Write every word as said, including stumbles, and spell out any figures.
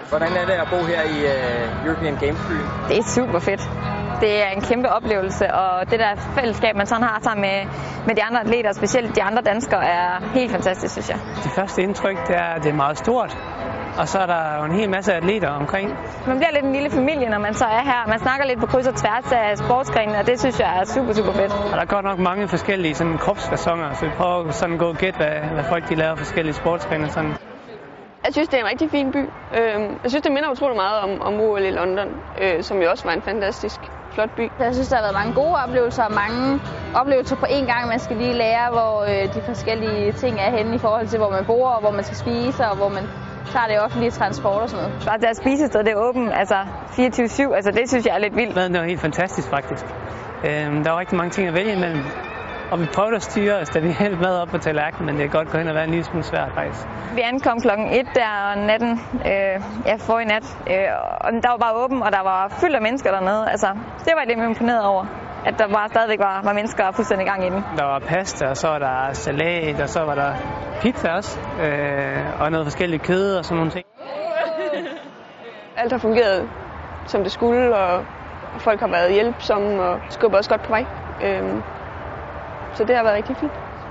Hvordan er det at bo her i uh, European Games-byen? Det er super fedt. Det er en kæmpe oplevelse, og det der fællesskab, man sådan har sammen med, med de andre atleter, specielt de andre danskere, er helt fantastisk, synes jeg. Det første indtryk, det er, at det er meget stort, og så er der jo en hel masse atleter omkring. Man bliver lidt en lille familie, når man så er her. Man snakker lidt på kryds og tværs af sportsgrenene, og det synes jeg er super, super fedt. Og der er godt nok mange forskellige sådan, kropsfasoner, så vi prøver sådan at gå og gætte, hvad, hvad folk de laver forskellige sportsgrene. Sådan. Jeg synes, det er en rigtig fin by. Jeg synes, det minder utrolig meget om, om O L i London, som jo også var en fantastisk flot by. Jeg synes, der har været mange gode oplevelser og mange oplevelser på én gang. Man skal lige lære, hvor de forskellige ting er henne i forhold til, hvor man bor, og hvor man skal spise, og hvor man tager det offentlige transport og sådan noget. Bare deres spisested, det er åbent, altså fireogtyve syv, altså det synes jeg er lidt vildt. Maden er helt fantastisk faktisk. Øhm, der er rigtig mange ting at vælge imellem. Og vi prøvede at styre os, da vi hældte mad op på tallerkenen, men det er godt gå hen og være en lille smule svært faktisk. Vi ankom klokken et der natten, øh, ja, for i nat, øh, og der var bare åben, og der var fyldt af mennesker dernede. Altså, det var jeg lidt imponeret over, at der bare stadigvæk var, var mennesker fuldstændig i gang i den. Der var pasta, og så var der salat, og så var der pizza også, øh, og noget forskelligt kød og sådan nogle ting. Alt har fungeret, som det skulle, og folk har været hjælpsomme og skubbet os godt på vej. Øh, Så det har været rigtig fint.